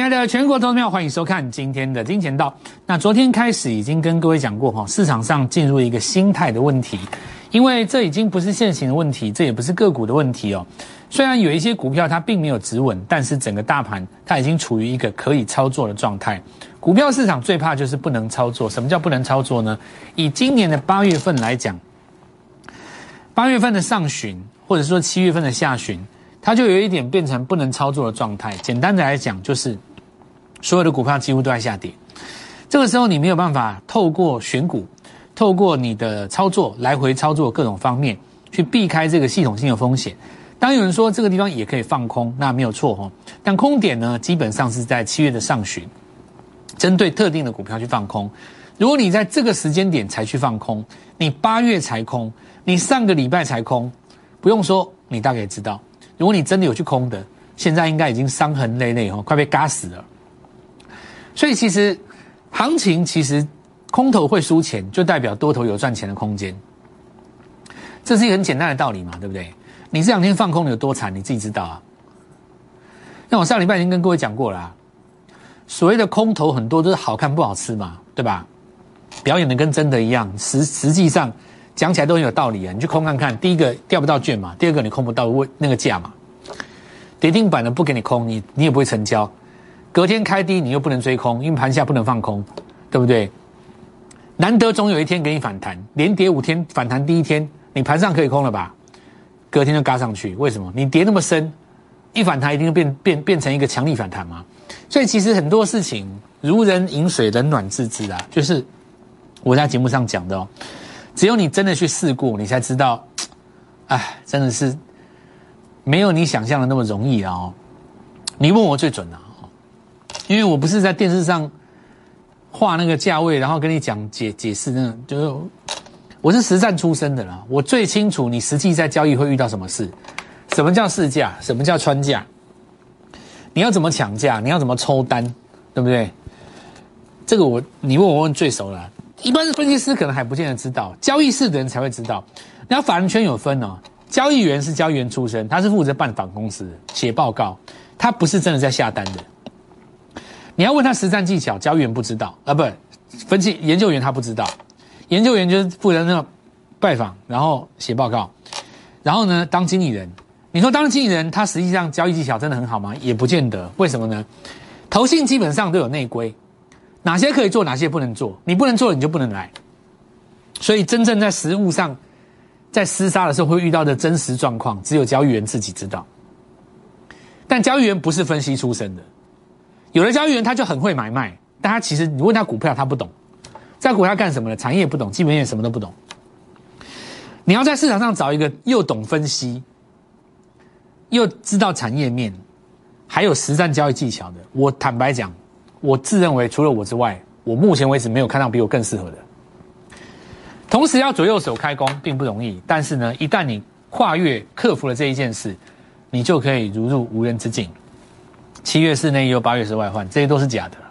爱的全国投资朋友，欢迎收看今天的金钱道。那昨天开始已经跟各位讲过市场上进入一个心态的问题，因为这已经不是现行的问题，这也不是个股的问题哦。虽然有一些股票它并没有止稳，但是整个大盘它已经处于一个可以操作的状态。股票市场最怕就是不能操作。什么叫不能操作呢？以今年的8月份来讲，8月份的上旬或者说7月份的下旬，它就有一点变成不能操作的状态。简单的来讲，就是所有的股票几乎都在下跌。这个时候你没有办法透过选股，透过你的操作来回操作各种方面去避开这个系统性的风险。当有人说这个地方也可以放空，那没有错但空点呢，基本上是在7月的上旬，针对特定的股票去放空。如果你在这个时间点才去放空，你8月才空，你上个礼拜才空，不用说，你大概也知道，如果你真的有去空的，现在应该已经伤痕累累快被嘎死了。所以其实行情其实空头会输钱，就代表多头有赚钱的空间，这是一个很简单的道理嘛，对不对？你这2天放空有多惨，你自己知道啊。那我上礼拜已经跟各位讲过了所谓的空头很多都是好看不好吃嘛，对吧？表演的跟真的一样，实际上讲起来都很有道理啊。你去空看看，第一个调不到券嘛，第二个你空不到那个价嘛，跌停板的不给你空，你也不会成交。隔天开低你又不能追空，因为盘下不能放空，对不对？难得总有一天给你反弹，连跌5天，反弹第一天你盘上可以空了吧，隔天就嘎上去。为什么？你跌那么深，一反弹一定变成一个强力反弹嘛。所以其实很多事情如人饮水，冷暖自知啊，就是我在节目上讲的只有你真的去试过，你才知道真的是没有你想象的那么容易你问我最准因为我不是在电视上画那个价位，然后跟你讲解释那个，就是我是实战出身的啦，我最清楚你实际在交易会遇到什么事，什么叫市价，什么叫穿价，你要怎么抢价，你要怎么抽单，对不对？这个你问最熟了，一般的分析师可能还不见得知道，交易室的人才会知道。然后法人圈有分交易员是交易员出身，他是负责办访公司写报告，他不是真的在下单的。你要问他实战技巧，交易员不知道不，分析研究员他不知道，研究员就是负责那个拜访，然后写报告，然后呢当经理人。你说当经理人，他实际上交易技巧真的很好吗？也不见得。为什么呢？投信基本上都有内规，哪些可以做，哪些不能做，你不能做你就不能来。所以真正在实务上，在厮杀的时候会遇到的真实状况，只有交易员自己知道。但交易员不是分析出身的，有的交易员他就很会买卖，但他其实你问他股票他不懂，在股票干什么的，产业不懂，基本面什么都不懂。你要在市场上找一个又懂分析，又知道产业面，还有实战交易技巧的，我坦白讲，我自认为除了我之外，我目前为止没有看到比我更适合的。同时要左右手开工并不容易，但是呢，一旦你跨越克服了这一件事，你就可以如入无人之境。7月是内忧，8月是外患，这些都是假的，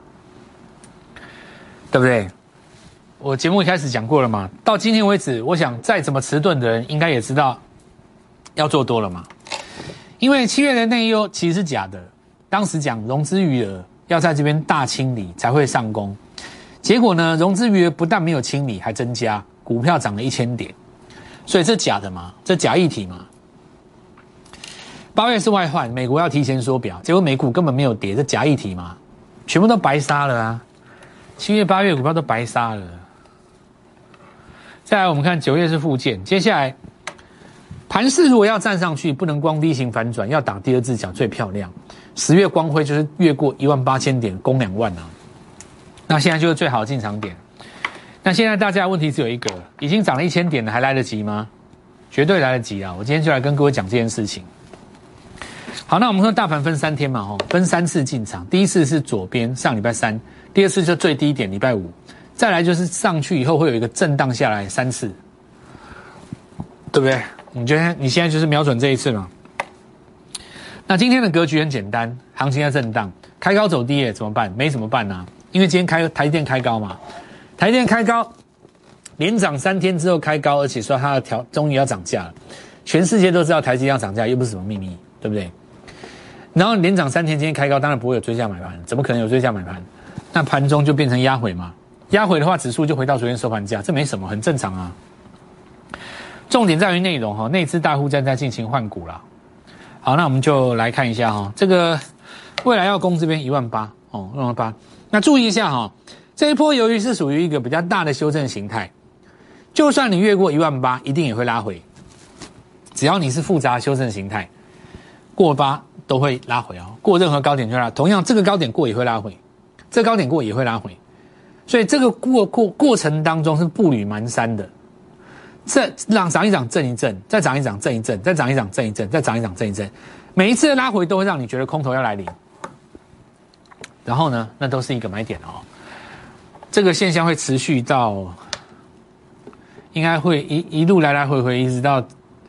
对不对？我节目一开始讲过了嘛，到今天为止，我想再怎么迟钝的人应该也知道要做多了嘛。因为7月的内忧其实是假的，当时讲融资余额要在这边大清理才会上攻，结果呢，融资余额不但没有清理，还增加，股票涨了1000点，所以这假的嘛，这假议题嘛。8月是外患，美国要提前缩表，结果美股根本没有跌，这假议题嘛，全部都白杀了啊！7月、8月股票都白杀了。再来我们看9月是附件，接下来盘势如果要站上去，不能光 V 型反转，要打第二只脚最漂亮。10月光辉就是越过18000点，攻2万那现在就是最好的进场点。那现在大家的问题只有一个，已经涨了1000点了，还来得及吗？绝对来得及啊！我今天就来跟各位讲这件事情。好，那我们说大盘分3天嘛，分3次进场。第一次是左边上礼拜3，第二次就最低点礼拜5，再来就是上去以后会有一个震荡下来3次，对不对？你觉得你现在就是瞄准这一次嘛？那今天的格局很简单，行情在震荡，开高走低耶，怎么办？没怎么办啊，因为今天台积电开高嘛，台积电开高，连涨3天之后开高，而且说它终于要涨价了，全世界都知道台积电要涨价，又不是什么秘密，对不对？ 然后连涨3天，今天开高，当然不会有追价买盘，怎么可能有追价买盘？那盘中就变成压回嘛，压回的话，指数就回到昨天收盘价，这没什么，很正常啊。重点在于内容哈，内资大户在进行换股啦。好，那我们就来看一下哈，这个未来要攻这边18000哦，18000。那注意一下哈，这一波由于是属于一个比较大的修正形态，就算你越过18000，一定也会拉回。只要你是复杂修正形态，过8都会拉回哦，过任何高点就拉。同样，这个高点过也会拉回，这个高点过也会拉回，所以这个过程当中是步履蹒跚的。这涨一涨震一震，再涨一涨震一震，再涨一涨震一震，再涨一涨震一震，每一次的拉回都会让你觉得空头要来临。然后呢，那都是一个买点哦。这个现象会持续到，应该会一路来来回回，一直到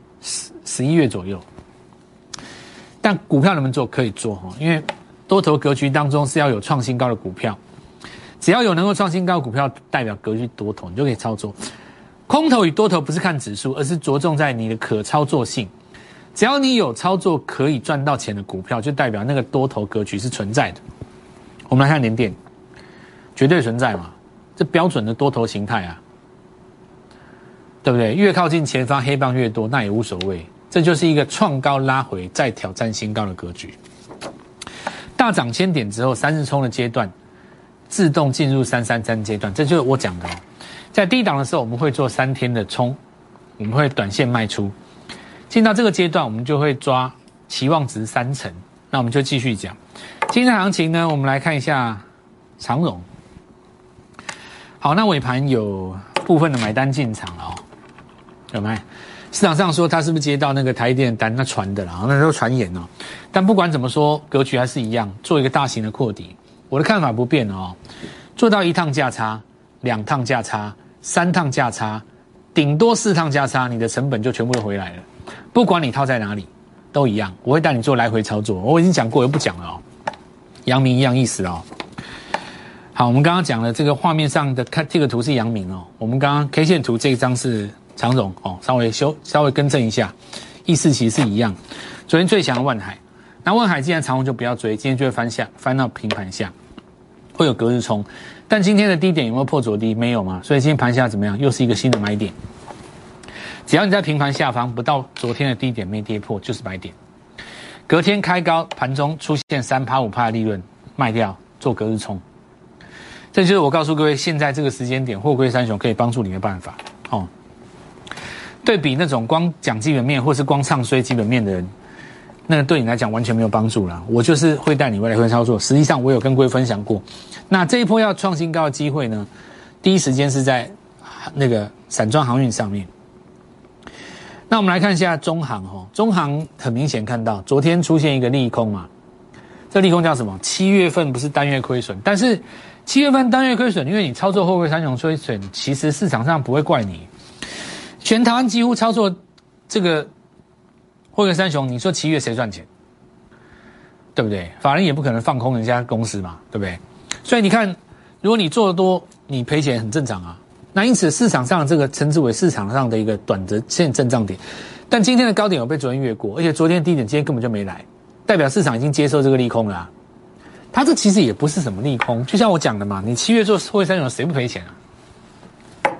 11月左右。但股票能不能做？可以做哈，因为多头格局当中是要有创新高的股票，只要有能够创新高的股票，代表格局多头，你就可以操作。空头与多头不是看指数，而是着重在你的可操作性。只要你有操作可以赚到钱的股票，就代表那个多头格局是存在的。我们来看联电，绝对存在嘛，这标准的多头形态啊，对不对？越靠近前方黑棒越多，那也无所谓，这就是一个创高拉回再挑战新高的格局。大涨1000点之后，3日冲的阶段，自动进入333阶段，这就是我讲的哦。在低档的时候，我们会做3天的冲，我们会短线卖出。进到这个阶段，我们就会抓期望值3成。那我们就继续讲今天的行情呢。我们来看一下长荣。好，那尾盘有部分的买单进场了哦，有没有？市场上说他是不是接到那个台积电的单？那传的啦，那都传言哦。但不管怎么说，格局还是一样，做一个大型的扩底。我的看法不变哦，做到1趟价差。2趟价差，3趟价差，顶多4趟价差，你的成本就全部都回来了。不管你套在哪里，都一样。我会带你做来回操作，我已经讲过，我又不讲了哦。阳明一样意思哦。好，我们刚刚讲了这个画面上的看这个图是阳明哦，我们刚刚 K 线图这一张是长荣哦，稍微更正一下，意思其实是一样。昨天最强的万海，那万海既然长荣就不要追，今天就会翻到平盘下，会有隔日冲。但今天的低点有没有破昨低？没有嘛，所以今天盘下怎么样？又是一个新的买点。只要你在平盘下方不到昨天的低点没跌破，就是买点。隔天开高，盘中出现3%、5%的利润，卖掉做隔日冲。这就是我告诉各位，现在这个时间点，货柜三雄可以帮助你的办法哦。对比那种光讲基本面或是光唱衰基本面的人，那个对你来讲完全没有帮助啦。我就是会带你未来会操作。实际上我有跟各位分享过。那这一波要创新高的机会呢，第一时间是在那个散装航运上面。那我们来看一下中航哦，中航很明显看到昨天出现一个利空嘛，这利空叫什么？7月份不是单月亏损，但是7月份单月亏损，因为你操作货柜三雄亏损，其实市场上不会怪你。全台湾几乎操作这个货柜三雄，你说7月谁赚钱？对不对？法人也不可能放空人家公司嘛，对不对？所以你看，如果你做得多，你赔钱很正常啊。那因此市场上这个称之为市场上的一个短的线震荡点，但今天的高点有被昨天越过，而且昨天的低点今天根本就没来，代表市场已经接受这个利空了啊。它这其实也不是什么利空，就像我讲的嘛，你7月做货柜三雄谁不赔钱啊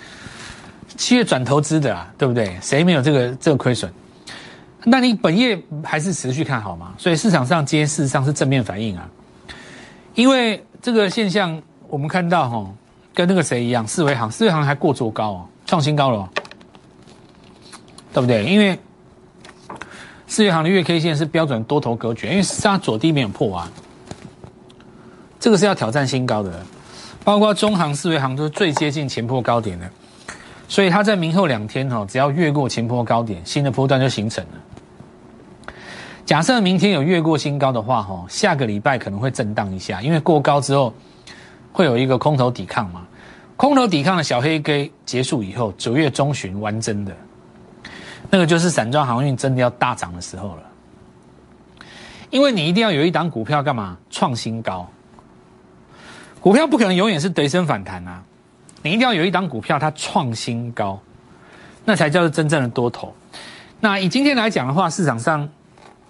？7月转投资的啊，对不对？谁没有这个亏损？那你本业还是持续看好嘛？所以市场上今天事实上是正面反应啊。因为这个现象，我们看到哈，跟那个谁一样，四维航还过昨高哦，创新高了哦，对不对？因为四维航的月 K 线是标准多头格局，因为它左低没有破啊，这个是要挑战新高的。包括中航、四维航都是最接近前波高点的，所以它在明后2天只要越过前波高点，新的波段就形成了。假设明天有越过新高的话，下个礼拜可能会震荡一下，因为过高之后会有一个空头抵抗嘛。空头抵抗的小黑 K 结束以后，9月中旬完真的，那个就是散装航运真的要大涨的时候了。因为你一定要有一档股票干嘛？创新高。股票不可能永远是跌升反弹啊，你一定要有一档股票它创新高，那才叫做真正的多头。那以今天来讲的话，市场上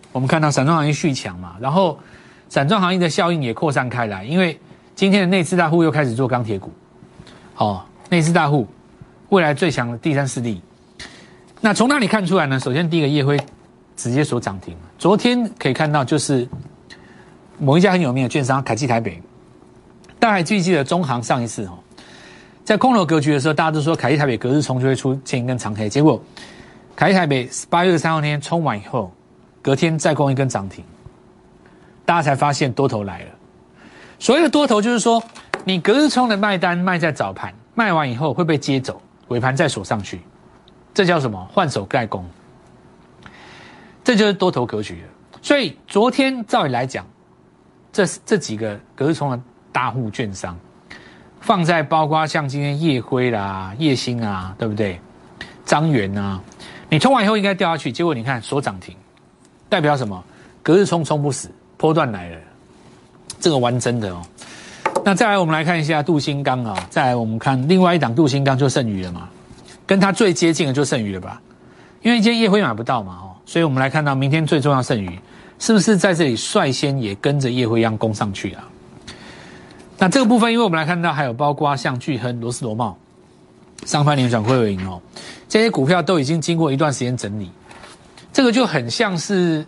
我们看到散装航运续强嘛，然后散装航运的效应也扩散开来，因为今天的内资大户又开始做钢铁股，内资大户未来最强的第三势力。那从哪里看出来呢？首先第一个业辉直接锁涨停，昨天可以看到就是某一家很有名的券商凯基台北，大家还记得中航上一次在空头格局的时候，大家都说凯基台北隔日冲就会出现一根长黑，结果凯基台北8月23号那天冲完以后，隔天再攻一根涨停，大家才发现多头来了。所谓的多头就是说，你隔日冲的卖单卖在早盘，卖完以后会被接走，尾盘再锁上去，这叫什么？换手盖攻，这就是多头格局了。所以昨天照理来讲，这几个隔日冲的大户券商，放在包括像今天业辉啦、业兴啊，对不对？彰源啊，你冲完以后应该掉下去，结果你看锁涨停，代表什么？隔日冲冲不死，波段来了，这个玩真的哦。那再来我们来看一下镀锌钢啊，再来我们看另外一档镀锌钢就剩余了嘛，跟它最接近的就剩余了吧？因为今天业辉买不到嘛所以我们来看到明天最重要剩余是不是在这里率先也跟着业辉一样攻上去啊？那这个部分，因为我们来看到还有包括像巨亨、罗斯罗茂、上半年转亏为盈这些股票都已经经过一段时间整理，这个就很像是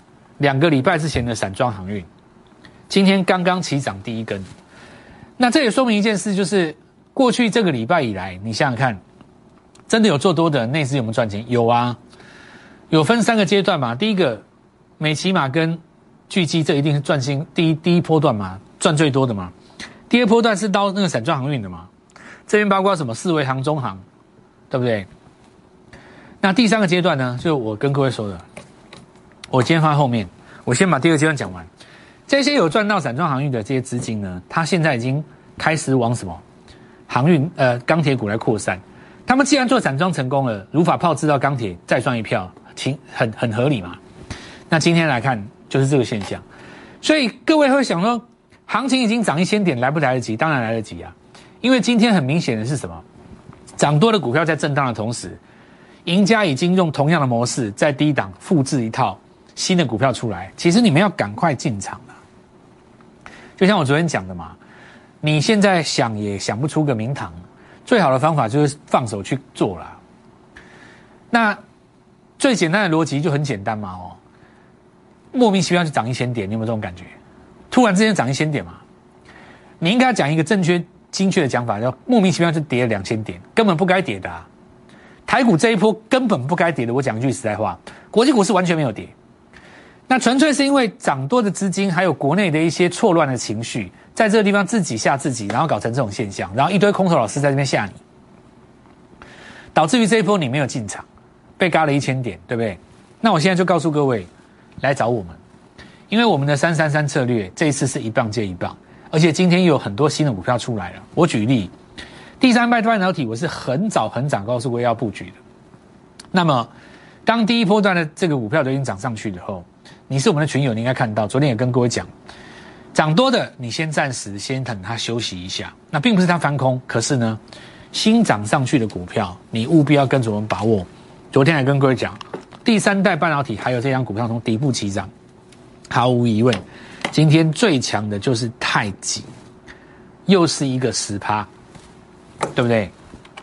2个礼拜之前的散装航运，今天刚刚起涨第一根。那这也说明一件事，就是过去这个礼拜以来，你想想看，真的有做多的内资有没有赚钱？有啊，有分3个阶段嘛。第一个，美骑马跟巨基，这一定是赚新第一波段嘛，赚最多的嘛。第二波段是到那个散装航运的嘛，这边包括什么四维航、中航，对不对？那第3个阶段呢，就我跟各位说的，我今天放在后面，我先把第2个阶段讲完。这些有赚到散装航运的这些资金呢，它现在已经开始往什么航运钢铁股来扩散。他们既然做散装成功了，如法炮制到钢铁再赚一票，很合理嘛。那今天来看就是这个现象，所以各位会想说，行情已经涨1000点，来不来得及？当然来得及啊，因为今天很明显的是什么？涨多的股票在震荡的同时，赢家已经用同样的模式在低档复制一套新的股票出来。其实你们要赶快进场啊！就像我昨天讲的嘛，你现在想也想不出个名堂，最好的方法就是放手去做啦。那最简单的逻辑就很简单嘛莫名其妙就涨1000点，你有没有这种感觉？突然之间涨1000点嘛，你应该讲一个正确精确的讲法，叫莫名其妙就跌了2000点，根本不该跌的啊。台股这一波根本不该跌的，我讲一句实在话，国际股市完全没有跌。那纯粹是因为涨多的资金，还有国内的一些错乱的情绪，在这个地方自己吓自己，然后搞成这种现象，然后一堆空头老师在这边吓你，导致于这一波你没有进场，被嘎了1000点，对不对？那我现在就告诉各位，来找我们，因为我们的333策略这一次是一棒接一棒，而且今天又有很多新的股票出来了。我举例，第三代半导体我是很早告诉各位要布局的。那么当第一波段的这个股票都已经涨上去以后，你是我们的群友，你应该看到，昨天也跟各位讲，涨多的你先暂时先等它休息一下，那并不是它翻空，可是呢，新涨上去的股票，你务必要跟着我们把握。昨天还跟各位讲，第三代半导体还有这张股票从底部起涨，毫无疑问，今天最强的就是太极，又是一个10%，对不对？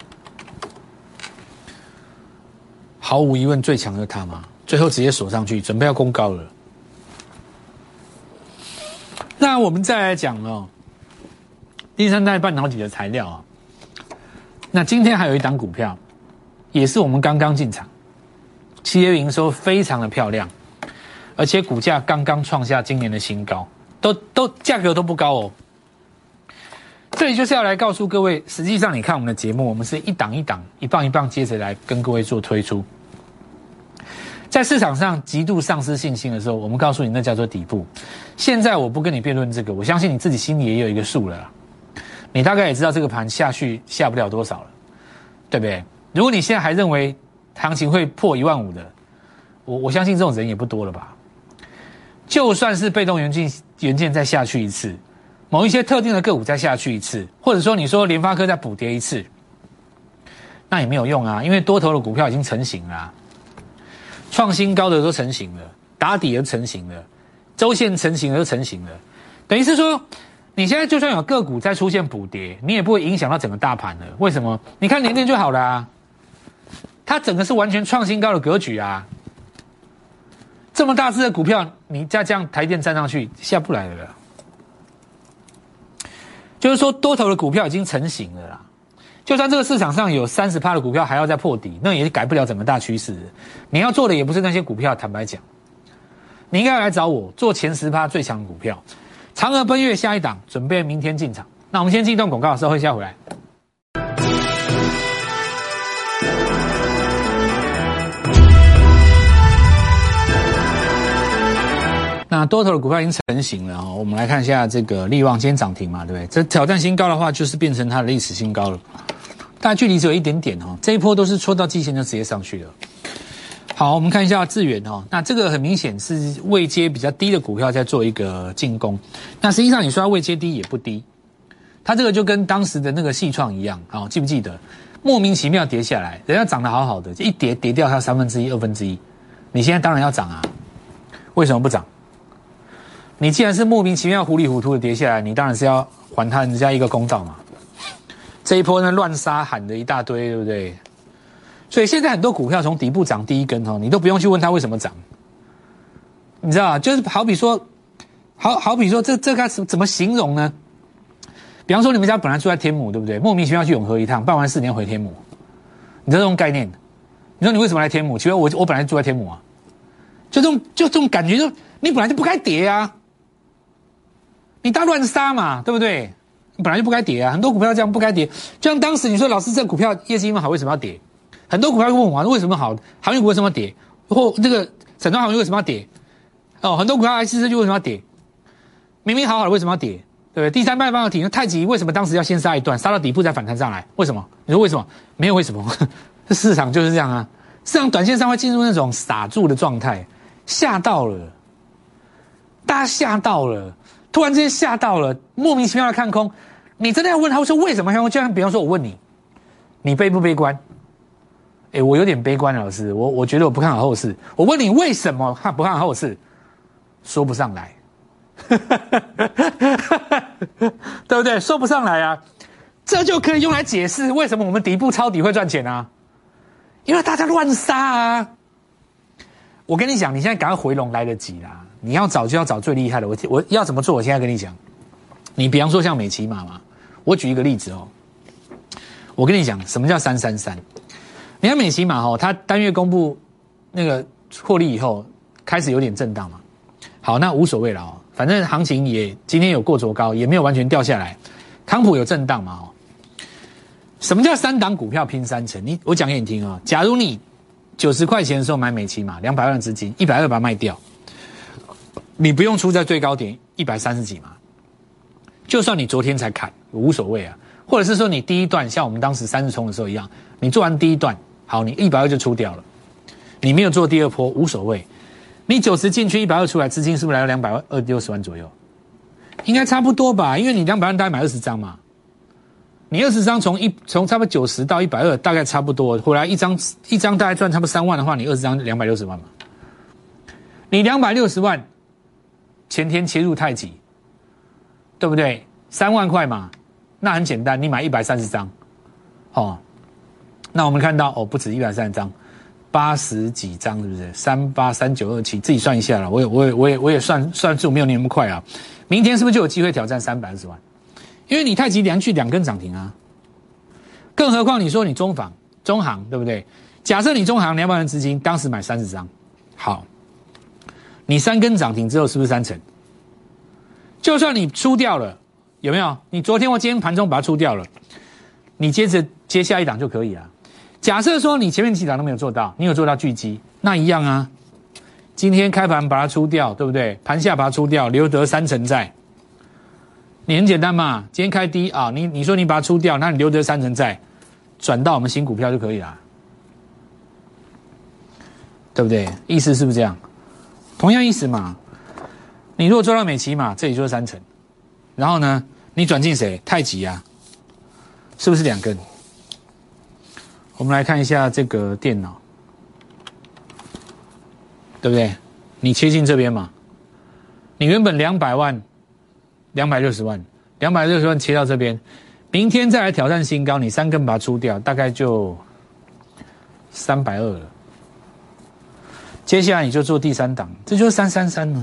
毫无疑问最强的它嘛，最后直接锁上去，准备要攻高了。那我们再来讲第三代半导体的材料那今天还有一档股票，也是我们刚刚进场，企业营收非常的漂亮，而且股价刚刚创下今年的新高，都价格都不高这里就是要来告诉各位，实际上你看我们的节目，我们是一档一档、一棒一棒接着来跟各位做推出。在市场上极度丧失信心的时候，我们告诉你那叫做底部。现在我不跟你辩论这个，我相信你自己心里也有一个数了啦，你大概也知道这个盘下去下不了多少了，对不对？如果你现在还认为行情会破15000的，我相信这种人也不多了吧。就算是被动元件再下去一次，某一些特定的个股再下去一次，或者说你说联发科再补跌一次，那也没有用啊，因为多头的股票已经成型了创新高的都成型了， 打底就成型了，周线成型了就成型了，等于是说，你现在就算有个股在出现补跌，你也不会影响到整个大盘了。为什么？你看联电就好了啊，它整个是完全创新高的格局啊。这么大只的股票，你再这样台电站上去，下不来了啦。就是说，多头的股票已经成型了啦。就算这个市场上有30%的股票还要再破底，那也改不了整个大趋势。你要做的也不是那些股票，坦白讲，你应该来找我做前10%最强的股票。嫦娥奔月下一档，准备明天进场。那我们先进一段广告，稍后一下回来。那多头的股票已经成型了哦，我们来看一下这个力旺今天涨停嘛，对不对？这挑战新高的话，就是变成它的历史新高了，大概距离只有一点点哦。这一波都是戳到季线就直接上去了。好，我们看一下智原哦，那这个很明显是位阶比较低的股票在做一个进攻。那实际上你说它位阶低也不低，它这个就跟当时的那个矽创一样哦，记不记得？莫名其妙跌下来，人家涨得好好的，一跌掉它1/3、1/2，你现在当然要涨啊，为什么不涨？你既然是莫名其妙糊里糊涂的跌下来，你当然是要还他人家一个公道嘛。这一波呢乱杀喊的一大堆，对不对？所以现在很多股票从底部涨第一根哦，你都不用去问它为什么涨，你知道吧？就是好比说这该怎么形容呢？比方说你们家本来住在天母，对不对？莫名其妙去永和一趟，办完4年回天母，你知道这种概念？你说你为什么来天母？其实我本来住在天母啊，就这种感觉，就你本来就不该跌啊。你大乱杀嘛，对不对？你本来就不该跌啊，很多股票这样不该跌。就像当时你说老师这股票业绩那么好，为什么要跌？很多股票会问我为什么好，航运股为什么要跌？或这个整段航运为什么要跌？哦，很多股票IC设计为什么要跌？明明好好的为什么要跌？对不对？第三半导体，那太极为什么当时要先杀一段，杀到底部再反弹上来？为什么？你说为什么？没有为什么，这市场就是这样啊。市场短线上会进入那种傻住的状态，吓到了，大家吓到了。突然之间吓到了，莫名其妙的看空，你真的要问他说为什么看空？就像比方说我问你，你悲不悲观？我有点悲观，老师，我觉得我不看好后市。我问你为什么不看好后市？说不上来，对不对？说不上来啊，这就可以用来解释为什么我们底部抄底会赚钱啊，因为大家乱杀啊。我跟你讲，你现在赶快回笼来得及啦。你要找就要找最厉害的，我要怎么做？我现在跟你讲，你比方说像美骑马嘛，我举一个例子哦，我跟你讲什么叫333。你看美骑马哦，它单月公布那个获利以后，开始有点震荡嘛。好，那无所谓了哦，反正行情也今天有过卓高，也没有完全掉下来。康普有震荡嘛哦。什么叫3档股票拼3成？我讲给你听哦。假如你90块钱的时候买美骑马，200万的资金，120把它卖掉。你不用出在最高点130几嘛，就算你昨天才砍，无所谓啊。或者是说你第一段像我们当时3日冲的时候一样，你做完第一段，好，你120就出掉了，你没有做第二波，无所谓。你90进去120出来，资金是不是来到260万左右？应该差不多吧，因为你200万大概买20张嘛，你20张从差不多90到120，大概差不多，回来一张大概赚差不多3万的话，你20张260万嘛，你260万。前天切入太极，对不对？3万块嘛，那很简单，你买130张，哦，那我们看到哦，不止130张，80几张，是不是？383927，自己算一下了，我也算数没有你那么快啊。明天是不是就有机会挑战320万？因为你太极连续2根涨停啊，更何况你说你中航，对不对？假设你中航200万资金，当时买30张，好。你3根涨停之后是不是3成？就算你出掉了，有没有？你昨天或今天盘中把它出掉了，你接下一档就可以了。假设说你前面几档都没有做到，你有做到巨基，那一样啊。今天开盘把它出掉，对不对？盘下把它出掉，留得3成在。你很简单嘛，今天开低啊，你说你把它出掉，那你留得3成在，转到我们新股票就可以了，对不对？意思是不是这样？同样意思嘛，你如果做到美骑马，这里就是3成，然后呢，你转进谁？太极啊，是不是2根？我们来看一下这个电脑，对不对？ 你切进这边嘛，你原本200万，260万，260万切到这边，明天再来挑战新高，你3根把它出掉，大概就320了。接下来你就做第3档，这就是333呢，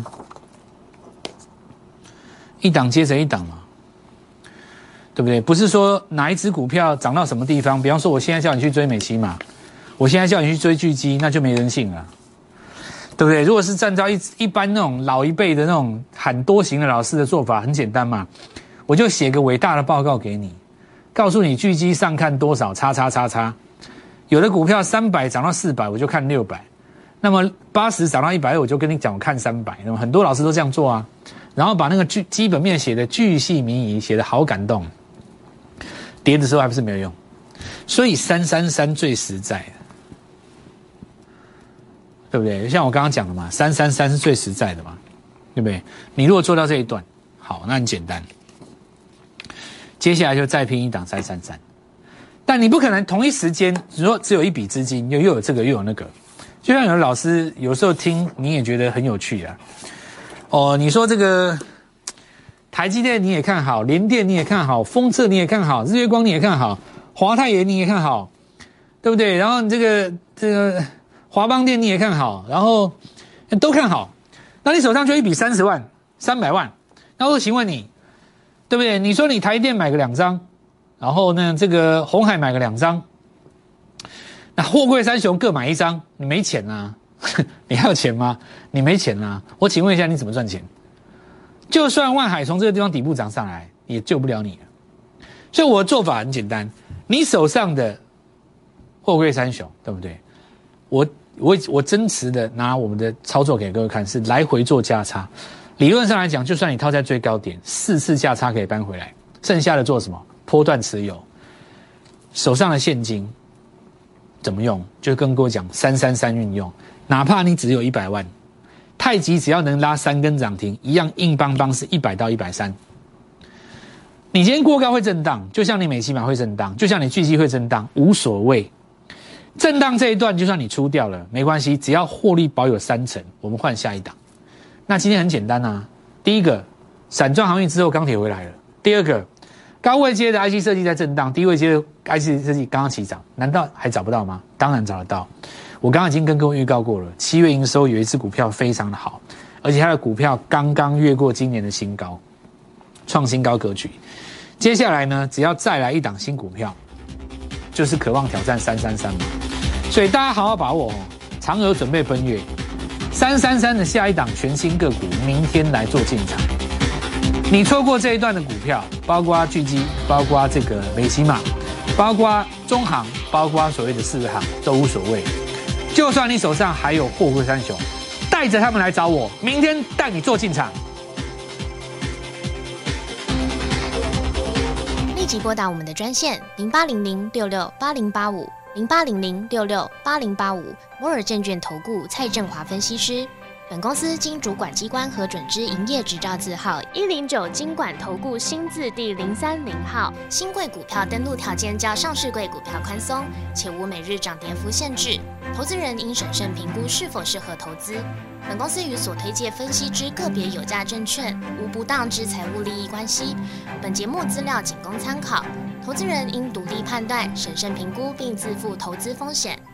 一档接着一档嘛，对不对？不是说哪一只股票涨到什么地方，比方说我现在叫你去追美琪玛，我现在叫你去追巨基，那就没人性了。对不对？如果是按照一般那种老一辈的那种喊多型的老师的做法，很简单嘛，我就写个伟大的报告给你，告诉你巨基上看多少，叉，有的股票300涨到400，我就看600，那么80涨到120，我就跟你讲我看300，那么很多老师都这样做啊，然后把那个基本面写的巨细靡遗，写的好感动，跌的时候还不是没有用，所以333最实在的。对不对？像我刚刚讲的嘛，333是最实在的嘛，对不对？你如果做到这一段，好，那很简单。接下来就再拼一档333，但你不可能同一时间，你说只有一笔资金，又有这个又有那个，就像有的老师有时候听你也觉得很有趣啊。哦，你说这个台积电你也看好，联电你也看好，丰测你也看好，日月光你也看好，华泰也你也看好，对不对？然后你这个。华邦电你也看好，然后都看好，那你手上就一笔30万、300万，那我请问你，对不对？你说你台电买个2张，然后呢，这个鸿海买个2张，那货柜三雄各买1张，你没钱啊？你还有钱吗？你没钱啊？我请问一下，你怎么赚钱？就算万海从这个地方底部涨上来，也救不了你了。所以我的做法很简单，你手上的货柜三雄，对不对？我真实的拿我们的操作给各位看，是来回做价差。理论上来讲，就算你套在最高点，4次价差可以搬回来，剩下的做什么？波段持有。手上的现金怎么用？就跟各位讲333运用，哪怕你只有100万，太极只要能拉3根涨停，一样硬邦邦是100到130。你今天过高会震荡，就像你美琪玛会震荡，就像你巨基会震荡，无所谓。震荡这一段，就算你出掉了，没关系，只要获利保有30%，我们换下一档。那今天很简单啊，第一个，散装航运之后钢铁回来了；第二个，高位阶的 IC 设计在震荡，低位阶的 IC 设计刚刚起涨，难道还找不到吗？当然找得到。我刚刚已经跟各位预告过了，7月营收有一只股票非常的好，而且它的股票刚刚越过今年的新高，创新高格局。接下来呢，只要再来一档新股票，就是渴望挑战333嘛。所以大家好好把握哦，嫦娥准备奔月，333的下一档全新个股，明天来做进场。你错过这一段的股票，包括巨基，包括这个美琪玛，包括中航，包括所谓的4航，都无所谓。就算你手上还有货柜三雄，带着他们来找我，明天带你做进场。 立即拨打我们的专线0800668085。0800668085，摩尔证券投顾蔡正华分析师。本公司经主管机关核准之营业执照字号109金管投顾新字第030号。新贵股票登录条件较上市贵股票宽松，且无每日涨跌幅限制。投资人应审慎评估是否适合投资。本公司与所推介分析之个别有价证券无不当之财务利益关系。本节目资料仅供参考，投资人应独立判断、审慎评估并自负投资风险。